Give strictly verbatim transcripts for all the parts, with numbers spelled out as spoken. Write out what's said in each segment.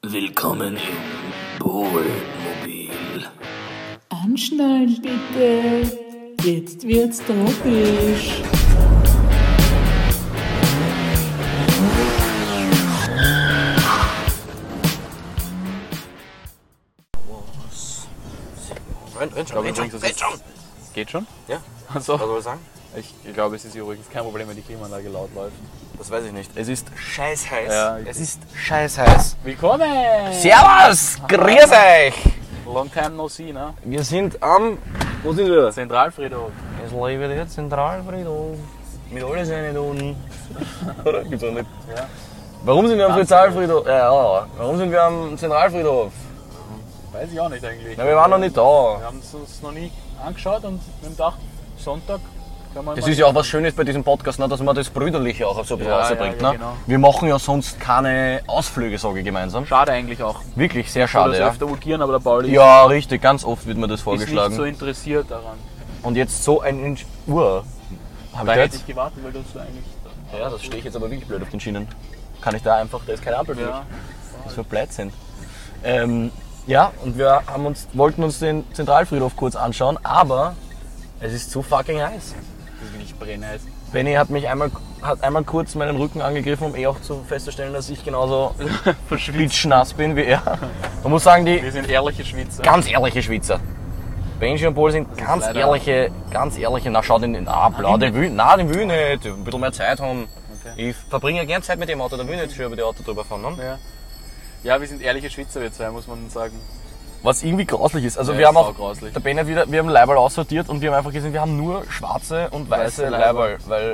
Willkommen im Bohlmobil. Anschnallen bitte, jetzt wird's tropisch. Rennt, rennt schon, rennt schon, rennt schon. Geht schon? Ja. Also, Was soll ich sagen? ich glaube, es ist übrigens kein Problem, wenn die Klimaanlage laut läuft. Das weiß ich nicht. Es ist scheiß heiß. Ja. Es ist scheiß heiß. Willkommen! Servus! Grüß euch! Long time no see, ne? Wir sind am... Wo sind wir? Zentralfriedhof. Es lebe der Zentralfriedhof. Mit alle seinen Toten. Oder? Gibt's auch nicht. Ja. Warum sind wir am Ganz Zentralfriedhof? Ja, ja. Warum sind wir am Zentralfriedhof? Weiß ich auch nicht eigentlich. Na, wir waren noch nicht da. Wir haben es uns noch nie angeschaut und wir haben gedacht, Sonntag kann man Es mal- ist ja auch was Schönes bei diesem Podcast, ne, dass man das Brüderliche auch so ein bisschen Ja, rausbringt. ja, ja, Ne? genau. Wir machen ja sonst keine Ausflüge, sage ich gemeinsam. Schade eigentlich auch. Wirklich sehr Schade, schade, dass ja. wir öfter vulgieren, aber der Pauli Ja, richtig, ganz oft wird mir das ist vorgeschlagen. nicht so interessiert daran. Und jetzt so ein Inch Uhr. Hab Da ich hätte jetzt? ich gewartet, weil du so eigentlich... Ja, das stehe ich jetzt aber wirklich blöd auf den Schienen. Kann ich da einfach, da ist keine Ampel für Ja. Das für Blödsinn. Ähm, ja, und wir haben uns, wollten uns den Zentralfriedhof kurz anschauen, aber es ist zu fucking heiß. Das ist wirklich brennheiß. Benny hat mich einmal, hat einmal kurz meinen Rücken angegriffen, um eh auch zu festzustellen, dass ich genauso nass bin wie er. Man muss sagen, die Wir sind ehrliche Schweizer. ganz ehrliche Schweizer. Benji und Paul sind ganz leider- ehrliche, ganz ehrliche, na schau den, ah, bla, den will, na, den will ich nicht, ein bisschen mehr Zeit haben. Okay. Ich verbringe gerne Zeit mit dem Auto, da will ich nicht schon über die Auto drüber fahren. Ne? Ja. Ja, wir sind ehrliche Schweizer, wir zwei, muss man sagen. Was irgendwie grauslich ist. Also Ja, wir haben ist auch, saugrauslich. der Ben hat wieder, wir haben Leiberl aussortiert und wir haben einfach gesehen, wir haben nur schwarze und weiße Weiße Leiberl, weil,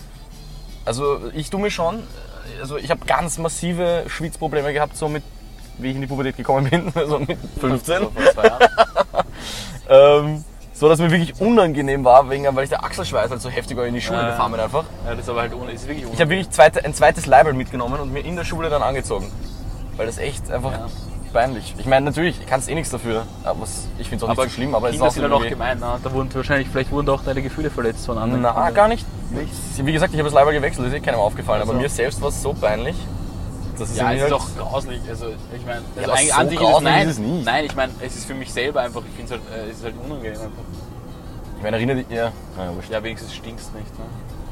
also ich tue mir schon, also ich habe ganz massive Schwitzprobleme gehabt, so mit, wie ich in die Pubertät gekommen bin, so mit fünfzehn. So vor zwei Jahren. Ähm, so dass mir wirklich unangenehm war, wegen, weil ich der Achselschweiß halt so heftig war in die Schule Ja. gefahren bin einfach. Ja, das ist aber halt ohne, ist wirklich ohne. Ich habe wirklich zweite, ein zweites Leiberl mitgenommen und mir in der Schule dann angezogen. Weil das echt einfach Ja. peinlich. Ich meine, natürlich, ich kann es eh nichts dafür. Aber es- ich finde es auch nicht aber so schlimm, aber es ist Kinder auch sind ja noch irgendwie... gemein, ne? Da wurden wahrscheinlich, vielleicht wurden auch deine Gefühle verletzt von anderen. Na, Kindern. gar nicht. Wie gesagt, ich habe das Leiberl gewechselt, das ist eh keinem aufgefallen. Aber Also. mir selbst war es so peinlich. Das ist Ja, es irgendwie ist halt- doch grauslich. Also, ich meine, also aber eigentlich so an sich grauslich nein, ist es nicht. Nein, ich meine, es ist für mich selber einfach, ich finde es halt, äh, es ist halt unangenehm einfach. Ich meine, erinnere dich... Ja, naja, wurscht. Ja, wenigstens stinkst nicht, ne?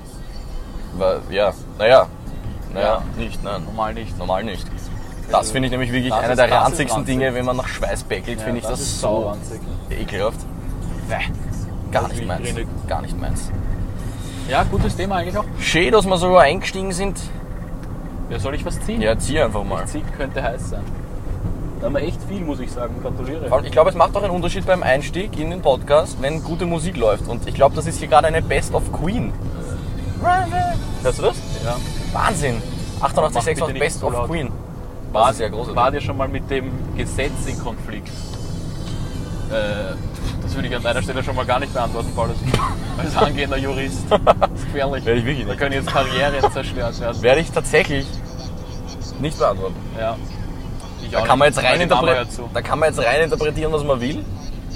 War, ja, naja. Naja, Ja. nicht, nein. Normal nicht. Normal nicht. Das finde ich nämlich wirklich Das einer ist- der das ist ranzigsten ranzig. Dinge, wenn man nach Schweiß bäckelt, Ja, finde ich das, ist so sauranzig. ekelhaft. Bäh, gar Das ist nicht wie meins. Grinig. Gar nicht meins. Ja, gutes Thema eigentlich auch. Schön, dass wir sogar eingestiegen sind. Ja, soll ich was ziehen? Ja, zieh einfach mal. Ziehen könnte heiß sein. Da haben wir echt viel, muss ich sagen. Gratuliere. Vor allem, ich glaube, es macht auch einen Unterschied beim Einstieg in den Podcast, wenn gute Musik läuft. Und ich glaube, das ist hier gerade eine Best of Queen. Hörst du das? Ja. Wahnsinn. achtundachtzig Komma sechs Mach auf bitte Best nicht so of laut. Queen. War, Das ist ja großartig. war dir schon mal mit dem Gesetz in Konflikt? Äh, das würde ich an deiner Stelle schon mal gar nicht beantworten, Paul. Als angehender Jurist. Das ist gefährlich. Werde ich wirklich Da nicht. können jetzt Karrieren zerstört werden. Werde ich tatsächlich nicht beantworten. Ja. Ich Da auch kann, man nicht, jetzt weil rein die Mama hört interpretieren, zu. da kann man jetzt rein interpretieren, was man will.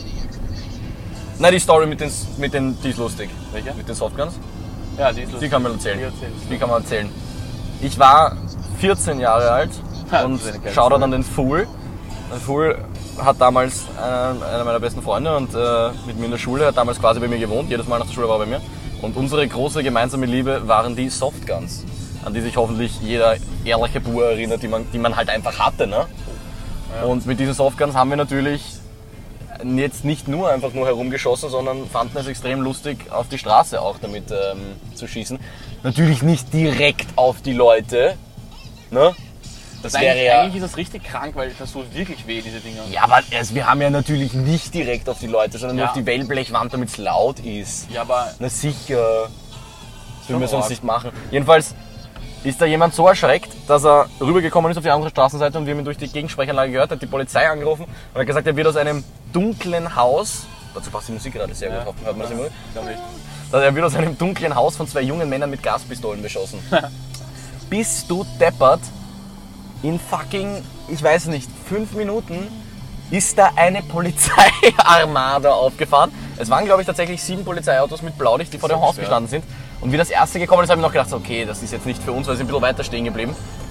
Nein, die Story mit den, mit den, die ist lustig. Welche? Mit den Softguns. Ja, die ist Die lustig. kann man erzählen. Die erzählst du. Die kann man erzählen. Ich war vierzehn Jahre alt Ha, und das ist eine geile Shoutout Story. an den Fool. Der Fool hat damals einen, einer meiner besten Freunde und äh, mit mir in der Schule, hat damals quasi bei mir gewohnt. Jedes Mal nach der Schule war er bei mir. Und unsere große gemeinsame Liebe waren die Softguns, an die sich hoffentlich jeder ehrliche Bauer erinnert, die man, die man halt einfach hatte. Ne? Und mit diesen Softguns haben wir natürlich jetzt nicht nur einfach nur herumgeschossen, sondern fanden es extrem lustig, auf die Straße auch damit ähm, zu schießen. Natürlich nicht direkt auf die Leute. Ne? Das wäre Eigentlich, ja... eigentlich ist das richtig krank, weil das tut wirklich weh, diese Dinger. Ja, aber also wir haben ja natürlich nicht direkt auf die Leute, sondern nur Ja. auf die Wellblechwand, damit es laut ist. Ja, aber Na sicher. Das würden wir sonst arg. nicht machen. Jedenfalls ist da jemand so erschreckt, dass er rübergekommen ist auf die andere Straßenseite und wir haben ihn durch die Gegensprechanlage gehört, hat die Polizei angerufen und hat gesagt, er wird aus einem dunklen Haus, dazu passt die Musik gerade sehr gut, hört man das immer? ich glaub nicht. Dass er wird aus einem dunklen Haus von zwei jungen Männern mit Gaspistolen beschossen. Bist du deppert? In fucking, ich weiß nicht, fünf Minuten ist da eine Polizeiarmada aufgefahren. Es waren, glaube ich, tatsächlich sieben Polizeiautos mit Blaulicht, die vor dem Haus ja. gestanden sind. Und wie das erste gekommen ist, habe ich noch gedacht, okay, das ist jetzt nicht für uns, weil sie ein bisschen weiter stehen geblieben.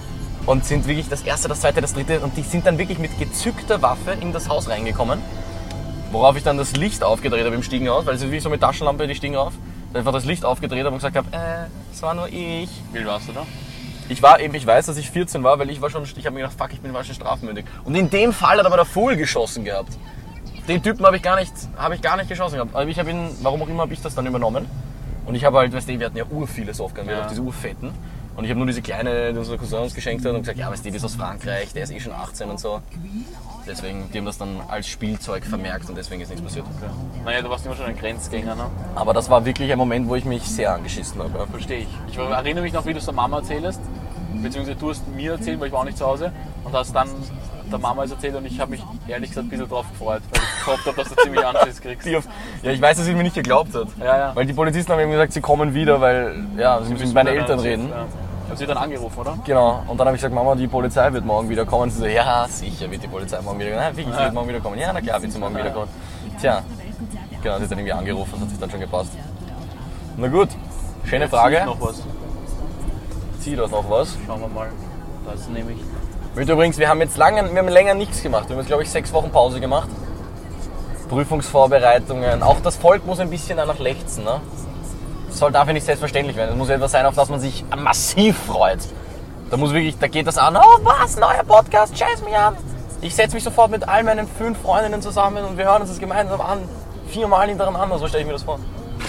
und sind wirklich das erste, das zweite, das dritte und die sind dann wirklich mit gezückter Waffe in das Haus reingekommen, worauf ich dann das Licht aufgedreht habe im Stiegenhaus, weil es ist wie so mit Taschenlampe, die stiegen auf, dann einfach das Licht aufgedreht habe und gesagt habe, äh, es war nur ich. Wie alt warst du da? Ich war eben, ich weiß, dass ich vierzehn war, weil ich war schon, ich habe mir gedacht, fuck, ich bin war schon strafmündig. Und in dem Fall hat aber der Vogel geschossen gehabt. Den Typen habe ich gar nicht, habe ich gar nicht geschossen gehabt. Aber ich habe ihn, warum auch immer, habe ich das dann übernommen. Und ich habe halt, weißt du, wir hatten ja ur viele Softgun, wir Ja. hatten auch diese urfetten. Und ich habe nur diese kleine, die unser Cousin uns geschenkt hat und gesagt, ja, weißt du, die ist aus Frankreich, der ist eh schon achtzehn und so. Deswegen, die haben das dann als Spielzeug vermerkt und deswegen ist nichts passiert. Okay. Naja, du warst immer schon ein Grenzgänger, ne? Aber das war wirklich ein Moment, wo ich mich sehr angeschissen habe. Ja. Verstehe ich. Ich erinnere mich noch, wie du es der Mama erzählst. Beziehungsweise du hast mir erzählt, weil ich war auch nicht zu Hause. Und hast dann der Mama es erzählt und ich habe mich ehrlich gesagt ein bisschen drauf gefreut, weil ich gehofft habe, dass du ziemlich Anschiss kriegst. Die auf- Ja, ich weiß, dass sie mir nicht geglaubt hat. Ja, ja. Weil die Polizisten haben eben gesagt, sie kommen wieder, weil ja, sie müssen mit meinen Eltern reden. Ja. Haben sie dann angerufen, oder? Genau. Und dann habe ich gesagt, Mama, die Polizei wird morgen wieder kommen. Sie so, ja, sicher wird die Polizei morgen wieder kommen. Nein, wirklich, sie wird morgen wieder kommen. Ja, na klar, wird sie morgen wieder kommen. Tja, genau, sie hat dann irgendwie angerufen, das hat sich dann schon gepasst. Na gut, schöne Jetzt Frage. sehe ich noch was. Zieh das noch was. Schauen wir mal. Das nehme ich. Mit übrigens, wir haben jetzt lange, wir haben länger nichts gemacht. Wir haben jetzt, glaube ich, sechs Wochen Pause gemacht. Prüfungsvorbereitungen. Auch das Volk muss ein bisschen danach lechzen, ne? Das soll dafür nicht selbstverständlich werden. Das muss etwas sein, auf das man sich massiv freut. Da muss wirklich, da geht das an, oh was, neuer Podcast, scheiß mich an. Ich setze mich sofort mit all meinen fünf Freundinnen zusammen und wir hören uns das gemeinsam an. Viermal hintereinander, so stelle ich mir das vor.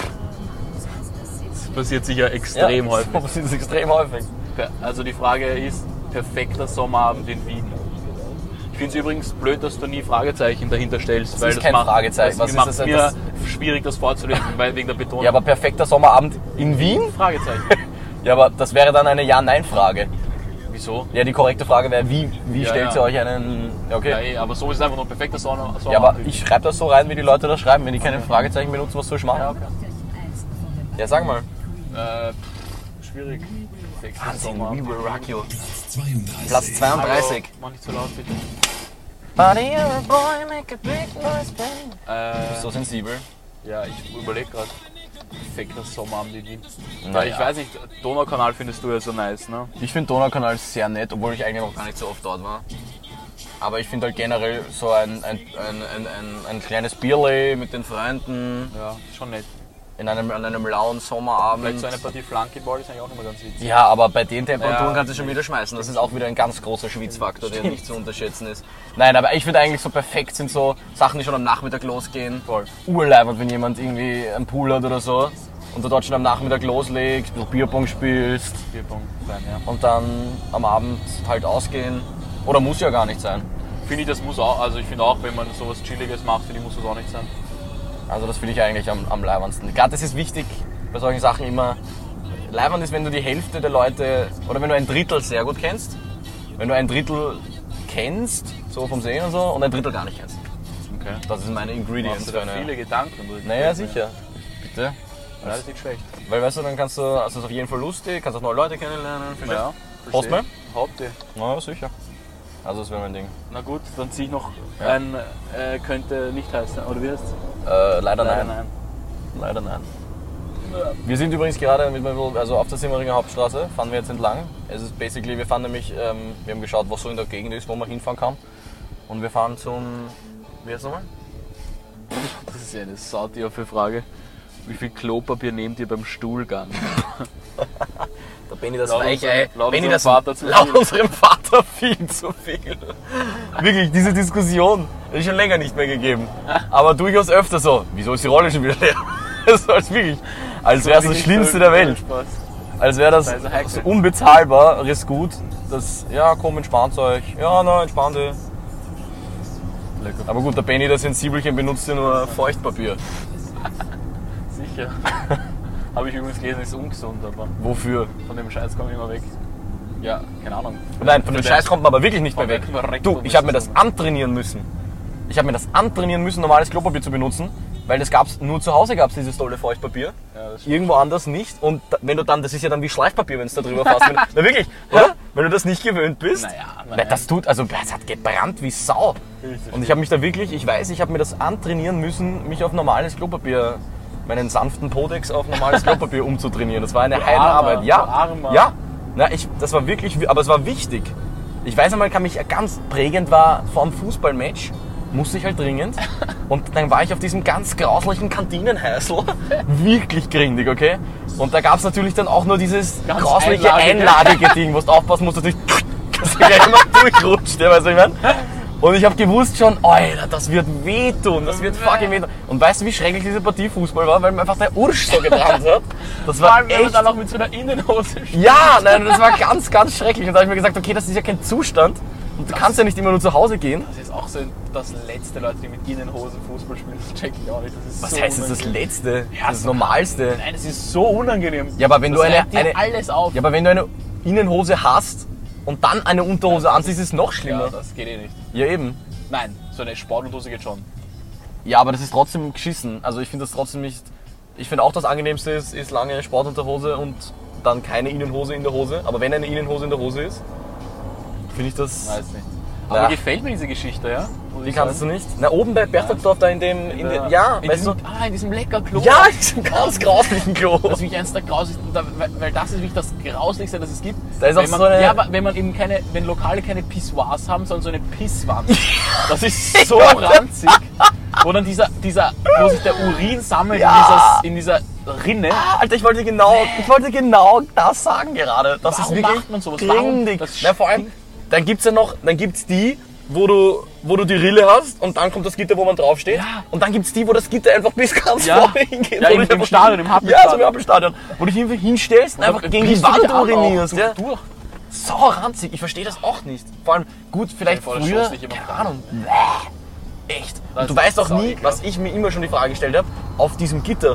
Das passiert sicher extrem ja, häufig. Das ist extrem häufig. Also die Frage ist, perfekter Sommerabend in Wien. Ich finde es übrigens blöd, dass du nie Fragezeichen dahinter stellst. Das weil ist das kein macht, Fragezeichen. Das Was ist macht das? mir Das- schwierig, das vorzulesen, weil wegen der Betonung. Ja, aber perfekter Sommerabend in Wien? Fragezeichen. Ja, aber das wäre dann eine Ja-Nein-Frage. Wieso? Ja, die korrekte Frage wäre, wie, wie Ja, stellt ja. ihr euch einen... Ja, okay. Ja, eh, aber so ist es einfach nur perfekter Sommer. Ja, aber ich schreibe das so rein, wie die Leute das schreiben. Wenn die keine Fragezeichen benutzen, was soll ich machen? Ja, okay. Ja, sag mal. Äh, pff, schwierig. Perfekter Wahnsinn, Sommer. we will rock you. zweiunddreißig. Platz zweiunddreißig. Hallo, mach nicht so laut, bitte. Buddy, you're a boy, make a big noise, baby. Äh, So sensibel. ja, ich überlege gerade. Perfekter Sommerabend in Wien. Na Ja, ich ja. weiß nicht, Donaukanal findest du ja so nice, ne? Ich finde Donaukanal sehr nett, obwohl ich eigentlich noch gar nicht so oft dort war. Aber ich finde halt generell so ein, ein, ein, ein, ein, ein kleines Bierle mit den Freunden Ja, schon nett. in einem, an einem lauen Sommerabend. Vielleicht so eine Partie Flunkyball ist eigentlich auch immer ganz witzig. Ja, aber bei den Temperaturen Ja. kannst du schon wieder schmeißen. Das ist auch wieder ein ganz großer Schwitzfaktor, der nicht zu unterschätzen ist. Nein, aber ich finde eigentlich so perfekt sind so Sachen, die schon am Nachmittag losgehen. Voll. Urleibend, wenn jemand irgendwie einen Pool hat oder so und du dort schon am Nachmittag loslegst, du Bierpong spielst Bierpong sein, ja. und dann am Abend halt ausgehen. Oder muss ja gar nicht sein. Finde ich, das muss auch, also ich finde auch, wenn man sowas Chilliges macht, finde ich, muss das auch nicht sein. Also das finde ich eigentlich am, am leibendsten. Gerade das ist wichtig bei solchen Sachen immer. Leibend ist, wenn du die Hälfte der Leute, oder wenn du ein Drittel sehr gut kennst, wenn du ein Drittel kennst, so vom Sehen und so, und ein Drittel gar nicht kennst. Okay. Das sind meine Ingredients Machst du für da eine... viele Gedanken drüber? Naja, sicher. Bitte. Ja, das ist nicht schlecht. Weil weißt du, dann kannst du, also das ist auf jeden Fall lustig, kannst auch neue Leute kennenlernen. Verstehst Ja, du? Hast du mehr? Hauptsache. Na ja, sicher. Also das wäre mein Ding. Na gut, dann ziehe ich noch Ja. ein, äh, könnte nicht heißen, oder wie heißt es? Äh, leider, Leider nein. Leider nein. Wir sind übrigens gerade mit meinem, also auf der Simmeringer Hauptstraße, fahren wir jetzt entlang. Es ist basically, wir fahren nämlich, ähm, wir haben geschaut, was so in der Gegend ist, wo man hinfahren kann. Und wir fahren zum, wie heißt es nochmal? Das ist ja eine sautiefe Frage. Wie viel Klopapier nehmt ihr beim Stuhlgang? Da Benni das Laut Weichei. unserem- laut Benni unserem das Vater zu laut viel. unserem Vater viel zu viel. Wirklich, diese Diskussion ist schon länger nicht mehr gegeben. Aber durchaus öfter so. Wieso ist die Rolle schon wieder leer? Das ist wirklich, als wäre es das Schlimmste der Welt. Spaß. Als wäre das Das ist heikel. so unbezahlbares Gut. Das, ja komm, entspannt euch. Ja, na, entspannt euch. Lecker. Aber gut, der Benni, der Sensibelchen, benutzt ja nur Feuchtpapier. Sicher. Habe ich übrigens gelesen, ist ungesund, aber Wofür? von dem Scheiß komme ich immer weg. Ja, keine Ahnung. Nein, von dem Für Scheiß den- kommt man aber wirklich nicht mehr Von weg. welchem Rektum Du, ich ist habe mir das das antrainieren müssen. Ich habe mir das antrainieren müssen, normales Klopapier zu benutzen, weil das gab's nur zu Hause gab's dieses tolle Feuchtpapier. Ja, das stimmt. Irgendwo anders nicht. Und da, wenn du dann, das ist ja dann wie Schleifpapier, wenn du da drüber fasst. Wenn, na wirklich, oder? Wenn du das nicht gewöhnt bist. Naja, Weil naja. das tut, also es hat gebrannt wie Sau. Richtig. Und ich habe mich da wirklich, ich weiß, ich habe mir das antrainieren müssen, mich auf normales Klopapier, meinen sanften Podex auf normales Klopapier umzutrainieren. Das war eine Du Heidenarbeit. Armer, Ja, du Armer. ja. Na, ich, das war wirklich, aber es war wichtig. Ich weiß einmal, kann mich ganz prägend war vor einem Fußballmatch, musste ich halt dringend. Und dann war ich auf diesem ganz grauslichen Kantinenhäusl. Wirklich grindig, okay? Und da gab es natürlich dann auch nur dieses Ganz grausliche einladige. einladige Ding, wo du aufpassen musst, dass du dass du gleich mal durchrutscht, ja, weißt du, was ich meine? Und ich habe gewusst schon, Alter, das wird wehtun, das wird fucking wehtun. Und weißt du, wie schrecklich diese Partie Fußball war? Weil mir einfach der Ursch so gebrannt hat. Das Vor war allem, wenn man echt... dann auch mit so einer Innenhose spielt. Ja, nein, das war ganz, ganz schrecklich. Und da habe ich mir gesagt, okay, das ist ja kein Zustand. Und du kannst ja nicht immer nur zu Hause gehen. Das ist auch so das letzte, Leute, die mit Innenhosen Fußball spielen, das check ich auch nicht. Das ist Was so heißt das, das unangenehm. Letzte? Ja, Das ist das so- Normalste. Nein, das ist so unangenehm. Ja, aber wenn das du eine, reibt dir eine, alles auf. ja, aber wenn du eine Innenhose hast und dann eine Unterhose anziehst, ist es noch Ja, schlimmer. das geht eh nicht. Ja, eben. Nein, so eine Sportunterhose geht schon. Ja, aber das ist trotzdem geschissen. Also ich finde das trotzdem nicht... Ich finde auch, das Angenehmste ist, ist lange Sportunterhose und dann keine Innenhose in der Hose. Aber wenn eine Innenhose in der Hose ist, finde ich das... Weiß nicht. Aber Ja. gefällt mir diese Geschichte, ja? Muss Wie ich kannst du sagen. nicht? Na, oben bei Berchtesgaden da in dem... In Ja, dem ja, in weißt du... diesem, ah, in diesem lecker Klo. Ja, in diesem ganz grauslichen Klo. Das ist wirklich eines der grauslichsten, da- weil, weil das ist wirklich das Grauslichste, das es gibt. Da ist auch wenn man, so eine- Ja, aber wenn man eben keine, wenn Lokale keine Pissoirs haben, sondern so eine Pisswand. Das ist so ranzig. Wo dann dieser, dieser, wo sich der Urin sammelt Ja. in, dieser, in dieser Rinne. Alter, ich wollte genau, ich wollte genau das sagen gerade. Das Warum ist wirklich macht man sowas? Warum? grindig. Das Na, vor allem, dann gibt's ja noch, dann gibt's die, wo du, wo du die Rille hast und dann kommt das Gitter, wo man draufsteht. Ja. Und dann gibt's die, wo das Gitter einfach bis ganz Ja. vorne hingeht. Ja, wo im- du dich im einfach- Stadion, im Ja, Happelstadion. so im Happelstadion. Wo du dich einfach hinstellst und einfach dann gegen die brichst du Wand dich auch urinierst. auch Ja. durch. So ranzig, ich verstehe das auch nicht. Vor allem, gut, vielleicht Stell dir vor, da früher, schoss dich jemand keine rein. Ahnung. Echt. Das Und du ist weißt auch sau nie, ekelhaft. was ich mir immer schon die Frage gestellt habe, auf diesem Gitter.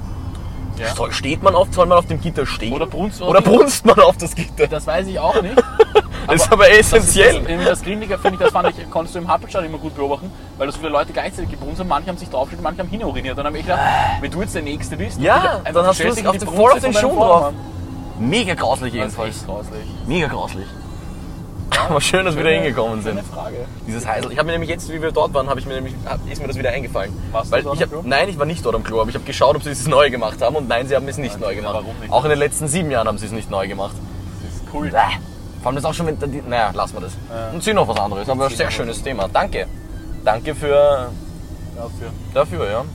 Ja. Soll, steht man auf, soll man auf dem Gitter stehen? Oder brunst man Oder auf dem- brunst man auf das Gitter? Das weiß ich auch nicht. Das ist aber essentiell. Das, das, das Grindiger finde ich, das fand ich, konntest du im Happelstadion immer gut beobachten, weil da so viele Leute gleichzeitig gebrunst haben. Manche haben sich draufgestellt, manche haben hinuriniert. Dann habe ich gedacht, wenn du jetzt der Nächste bist, Ja, einfach dann hast du stellst es dich auf in die den- Brunst voll auf den von deinem Schuh drauf. Vordermann. Mega grauslich Das ist jedenfalls. echt grauslich. Mega grauslich. Aber schön, dass wir da hingekommen sind. Schöne Frage. Dieses Heisel. Ich habe mir nämlich jetzt, wie wir dort waren, habe ich mir nämlich, hab- ist mir das wieder eingefallen. Warst du Weil dort ich am hab, Klo? nein, ich war nicht dort am Klo, aber ich habe geschaut, ob sie es neu gemacht haben und nein, sie haben es nicht neu gemacht. warum nicht? Auch in den letzten sieben Jahren haben sie es nicht neu gemacht. Das ist cool. Bäh. Vor allem das auch schon mit, die- naja, lassen wir das. Ja. Und sie noch was anderes, aber ein Sie sehr noch was schönes Thema. Danke. Danke für, Dafür. dafür, ja.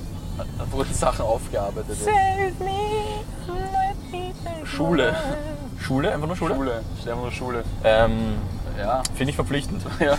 Da wurden Sachen aufgearbeitet. Schule. Schule, einfach nur Schule? Schule. Stell dir mal Schule. Ähm, Ja. finde ich verpflichtend. Ja.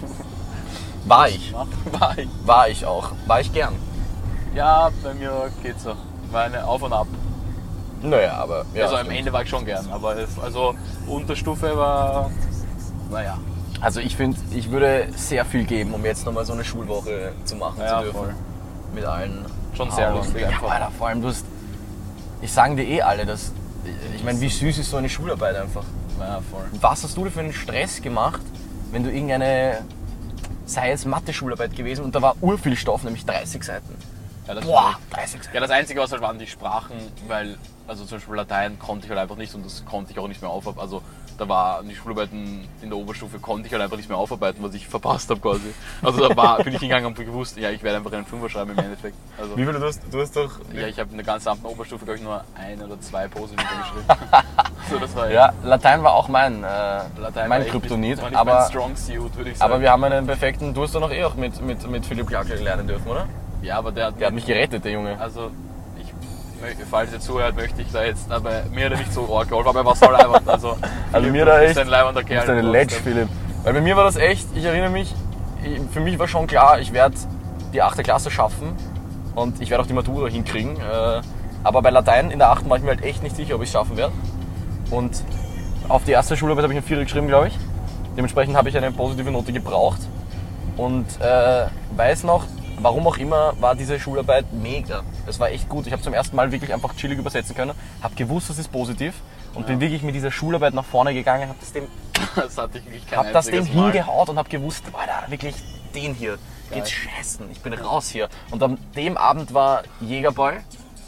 War ich. War ich. War ich auch. War ich gern. Ja, bei mir geht's so. War eine Auf und Ab. Naja, aber. Ja, also am stimmt. Ende war ich schon gern, aber es, also Unterstufe war, naja. Also ich finde, ich würde sehr viel geben, um jetzt nochmal so eine Schulwoche zu machen Ja, zu dürfen. voll. Mit allen. Schon sehr Aber- lustig Ja, einfach. Alter, vor allem du hast. Ich sagen dir eh alle, dass. Ich meine, wie süß ist so eine Schularbeit einfach? Ja, voll. Was hast du dir für einen Stress gemacht, wenn du irgendeine, sei es Mathe-Schularbeit gewesen und da war urviel Stoff, nämlich dreißig Seiten. Ja, das Boah, dreißig Seiten. Ja, das Einzige, was halt waren die Sprachen, weil, also zum Beispiel Latein konnte ich halt einfach nicht und das konnte ich auch nicht mehr aufarbeiten. Also da war die Schularbeiten in der Oberstufe konnte ich halt einfach nicht mehr aufarbeiten, was ich verpasst habe quasi. Also da war, bin ich hingegangen und gewusst, ja, ich werde einfach einen Fünfer schreiben im Endeffekt. Also, Wie viele du hast? Du hast doch. ja, ich habe in der ganzen Oberstufe, glaube ich, nur ein oder zwei Positive geschrieben. So, das war Ja, Latein war auch mein, äh, Latein mein war echt Kryptonit. nicht- war nicht Aber, mein Strong Suit, würde ich sagen. aber wir haben einen perfekten. Du hast doch noch eh auch mit, mit, mit Philipp Klakel lernen dürfen, oder? ja, aber der, Der hat mich gerettet, der Junge. Also, ich, mö- falls ihr zuhört, möchte ich da jetzt, aber mir hat er nicht so arg geholfen, aber er war so leibend. Also, Also Philipp, mir du da bist echt. ein leibender Du Kerl. bist eine trotzdem. Ledge, Philipp. Weil bei mir war das echt, ich erinnere mich, ich, für mich war schon klar, ich werde die achte Klasse schaffen und ich werde auch die Matura hinkriegen. Äh, aber bei Latein in der achten war ich mir halt echt nicht sicher, ob ich es schaffen werde. Und auf die erste Schularbeit habe ich eine vier geschrieben, glaube ich. Dementsprechend habe ich eine positive Note gebraucht. Und äh, weiß noch, warum auch immer, war diese Schularbeit mega. Es war echt gut. Ich habe zum ersten Mal wirklich einfach chillig übersetzen können, habe gewusst, das ist positiv und bin wirklich mit dieser Schularbeit nach vorne gegangen, habe das dem Das hatte ich wirklich kein hab das Ding einziges Mal. hingehaut und hab gewusst, Alter, wirklich den hier geht's scheißen, ich bin raus hier. Und an dem Abend war Jägerball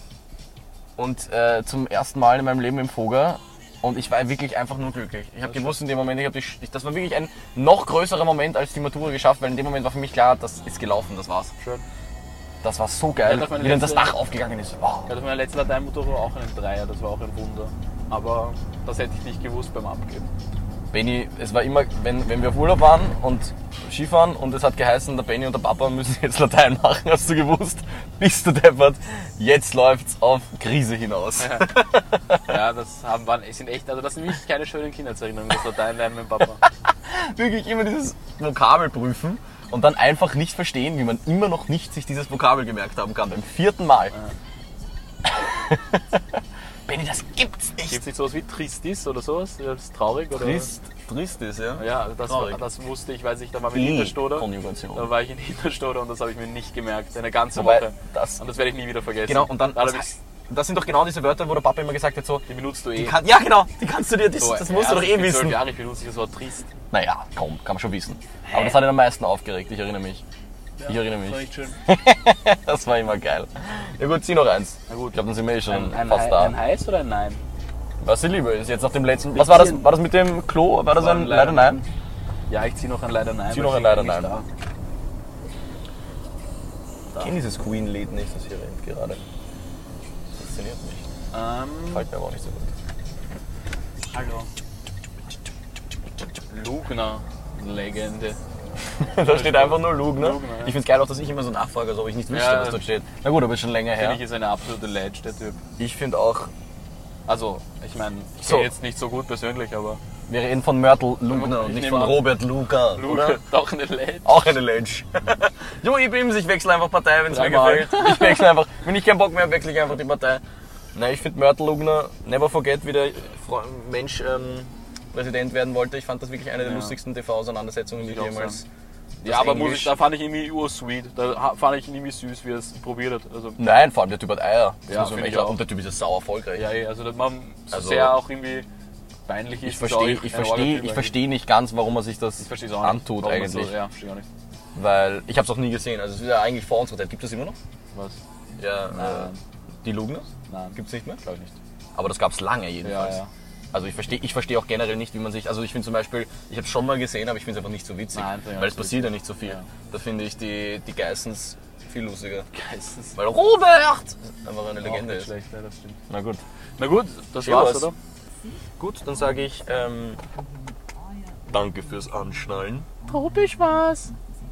und äh, zum ersten Mal in meinem Leben im Foger und ich war wirklich einfach nur glücklich. Ich habe gewusst in dem Moment, ich hab die, ich, das war wirklich ein noch größerer Moment als die Matura geschafft, weil in dem Moment war für mich klar, das ist gelaufen, das war's. Schön. Das war so geil, Ja, das war meine wie dann das letzte- Dach aufgegangen ist. Wow. Ich hatte meine letzte Lateinmatura auch einen Dreier, das war auch ein Wunder. Aber das hätte ich nicht gewusst beim Abgeben. Benni, es war immer, wenn, wenn wir auf Urlaub waren und Skifahren und es hat geheißen, der Benni und der Papa müssen jetzt Latein machen, hast du gewusst, bist du deppert, jetzt läuft's auf Krise hinaus. Ja, das haben, waren, sind echt, also das sind wirklich keine schönen Kindheitserinnerungen, das Latein lernen mit dem Papa. Wirklich immer dieses Vokabel prüfen und dann einfach nicht verstehen, wie man immer noch nicht sich dieses Vokabel gemerkt haben kann, beim vierten Mal. Ja. Benni, das gibt's nicht. Gibt es nicht sowas wie Tristis oder sowas? Das ist traurig? Oder? Trist, trist ist, ja. Ja, das, Traurig. das wusste ich, weiß ich, da war ich in Hinterstoder. Konjugation. Da war ich in Hinterstoder und das habe ich mir nicht gemerkt. Eine ganze Wobei, Woche. das- und das werde ich nie wieder vergessen. Genau, und dann, Da das, hab ich's- das sind doch genau diese Wörter, wo der Papa immer gesagt hat, so, die benutzt du die eh. kann, ja genau, die kannst du dir, das, So, das musst du doch ich eh bin zwölf wissen. Jahre, ich benutze das Wort trist. Naja, komm, kann man schon wissen. Aber das hat ihn am meisten aufgeregt, ich erinnere mich. Ich erinnere mich. Das war echt schön. Das war immer geil. Ja gut, zieh noch eins. Na gut. Ich glaube, dann sind wir eh schon Ein, ein, fast Hei- da. ein Heiß oder ein Nein? Was die Liebe ist jetzt nach dem letzten. Was war das? War das mit dem Klo? War das War ein ein leider Leider Nein? Ja, ich ziehe noch ein Leider Nein. Zieh weil noch ein ich Leider eigentlich Nein. Ich kenne dieses Queen-Lied nicht, das hier rennt gerade. Das fasziniert mich. da. Ähm, Gefällt mir aber auch nicht so gut. hallo. Lugner, Legende. Da steht einfach nur Lugner. Lugner, ja. Ich finde es geil auch, dass ich immer so nachfrage, als ob ich nicht wüsste, Ja. was dort steht. Na gut, aber ist schon länger Finde her. ich ist eine absolute Legend, der Typ. Ich finde auch, Also, ich meine, ich So. kenne jetzt nicht so gut persönlich, aber wir reden von Mörtel Lugner und Ich nicht nehme von an. Robert Luger, Luger, oder? doch eine Legend. Auch eine Ledge. Jo, ich bin ich wechsle einfach Partei, wenn es mir Dreimal. gefällt. Ich wechsle einfach, wenn ich keinen Bock mehr habe, wechsle ich einfach die Partei. Nein, ich finde Mörtel Lugner, never forget, wie der Fre- Mensch ähm, Präsident werden wollte. Ich fand das wirklich eine der Ja. lustigsten T V-Auseinandersetzungen, die ich Ich auch jemals... Ja, aber muss Englisch. ich, da fand ich irgendwie ursweet. Da ha- fand ich ihn irgendwie süß, wie er es probiert hat. Also, Nein, vor allem der Typ hat Eier. Das Ja, muss man finde echt ich auch. Und der Typ ist ja sau erfolgreich. ja, eh, also dass man so Also- sehr auch irgendwie peinlich ist. Ich ist verstehe auch ich ein versteh, Orga-Typ ich versteh nicht ganz, warum er sich das Ich verstehe es auch nicht. antut warum das eigentlich. So, ja, verstehe ich auch nicht. Weil ich habe es auch nie gesehen. Also es ist ja eigentlich vor unserer Zeit. Gibt es das immer noch? Was? Ja, Nein. äh, die Lugners? Nein, Gibt es nicht mehr? glaube ich nicht. Aber das gab es lange Ja, jedenfalls. ja. Also ich verstehe ich versteh auch generell nicht, wie man sich... Also ich finde zum Beispiel, ich habe es schon mal gesehen, aber ich finde es einfach nicht so witzig. Nein, finde ich auch weil es nicht so passiert ja witzig. nicht so viel. Ja. Da finde ich die, die Geissens viel lustiger. Geistens. Weil Robert einfach eine Auch Legende nicht ist. schlecht, ja, das stimmt. Na gut. Na gut, das Ja, war's, was? oder? Gut, dann sage ich ähm, danke fürs Anschnallen. Tropisch war's.